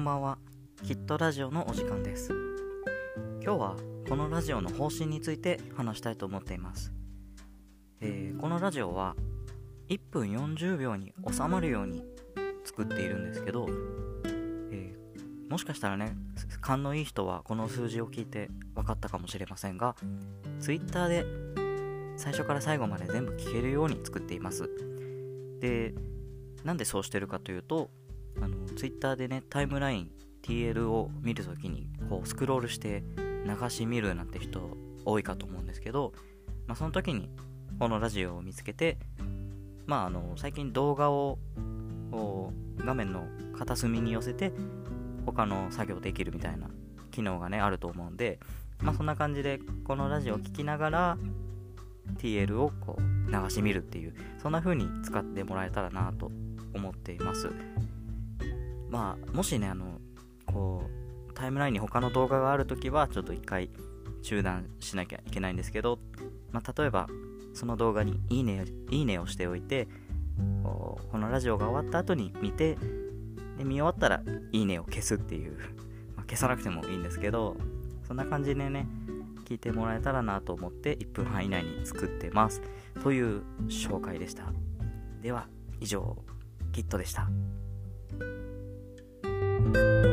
ばんは。きっとラジオのお時間です。今日はこのラジオの方針について話したいと思っています。このラジオは1分40秒に収まるように作っているんですけど、もしかしたらね、勘のいい人はこの数字を聞いて分かったかもしれませんが、Twitter で最初から最後まで全部聞けるように作っています。で、なんでそうしてるかというと、Twitter でね、タイムライン TL を見るときにこうスクロールして流し見るなんて人多いかと思うんですけど、その時にこのラジオを見つけて、最近動画を画面の片隅に寄せて他の作業できるみたいな機能がねあると思うんで、そんな感じでこのラジオを聞きながら TL をこう流し見るっていう、そんな風に使ってもらえたらなと思っています。もしねタイムラインに他の動画があるときはちょっと一回中断しなきゃいけないんですけど、例えばその動画にいいねをしておいて、このラジオが終わった後に見て、で見終わったらいいねを消すっていう、消さなくてもいいんですけど、そんな感じでね聞いてもらえたらなと思って1分半以内に作ってますという紹介でした。では以上、キットでした。